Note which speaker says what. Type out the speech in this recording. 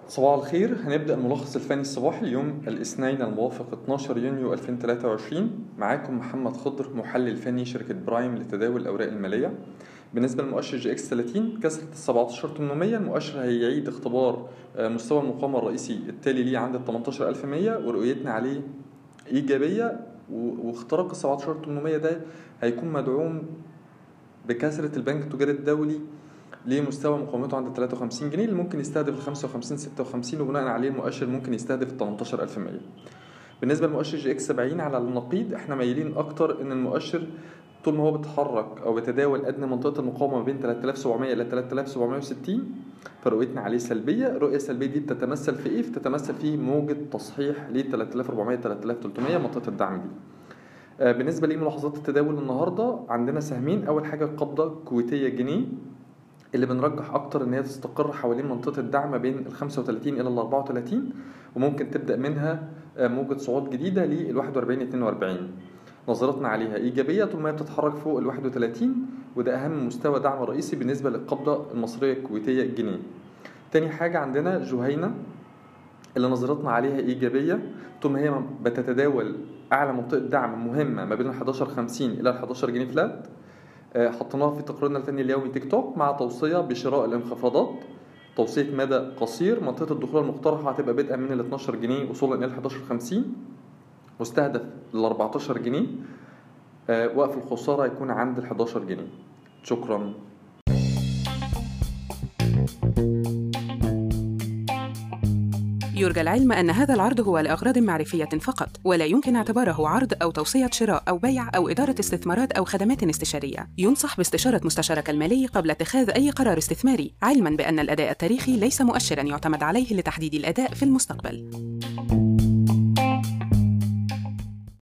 Speaker 1: صباح الخير. هنبدأ الملخص الفني الصباحي اليوم الاثنين الموافق 12 يونيو 2023. معاكم محمد خضر، محلل فني شركة برايم لتداول الأوراق المالية. بالنسبة للمؤشر جي اكس 30 كسرت 17800. المؤشر هيعيد اختبار مستوى المقاومة الرئيسي التالي ليه عند 18100، ورؤيتنا عليه إيجابية، واختراق 17800 ده هيكون مدعوم بكسرة البنك التجاري الدولي لمستوى مقاومته عند 53 جنيه اللي ممكن يستهدف ال 55 56، وبناء عليه المؤشر ممكن يستهدف ال 18100. بالنسبه للمؤشر جي اكس 70 على النقيض، احنا مايلين اكتر ان المؤشر طول ما هو بيتحرك او بيتداول ادنى منطقه المقاومه ما بين 3700 الى 3760، فرؤيتنا عليه سلبيه. الرؤيه السلبيه دي بتتمثل في ايه؟ بتتمثل في موجه تصحيح ل 3400 3300 منطقه الدعم دي. بالنسبه لملاحظات التداول النهارده، عندنا سهمين. اول حاجه قبضه كويتيه جنيه اللي بنرجح اكتر ان هي تستقر حوالين منطقه الدعم ما بين ال 35 الى ال 34، وممكن تبدا منها موجه صعود جديده لل 41 42. نظرتنا عليها ايجابيه طول ما هي بتتحرك فوق ال 31، وده اهم مستوى دعم رئيسي بالنسبه للقبضه المصريه الكويتيه الجنيه. تاني حاجه عندنا جهينه اللي نظرتنا عليها ايجابيه طول ما هي بتتداول اعلى منطقه دعم مهمه ما بين ال 11.50 الى ال 11 جنيه فلات. حطيناها في تقريرنا الفني اليومي تيك توك مع توصية بشراء الانخفاضات. توصية مدى قصير، منطقة الدخول المقترحة هتبقى بدءا من ال 12 جنيه وصولا إلى 11.50، مستهدف ال 14 جنيه. وقف الخسارة هيكون عند ال 11 جنيه. شكرا.
Speaker 2: يرجى العلم أن هذا العرض هو لأغراض معرفية فقط، ولا يمكن اعتباره عرض أو توصية شراء أو بيع أو إدارة استثمارات أو خدمات استشارية. ينصح باستشارة مستشارك المالي قبل اتخاذ أي قرار استثماري، علماً بأن الأداء التاريخي ليس مؤشراً يعتمد عليه لتحديد الأداء في المستقبل.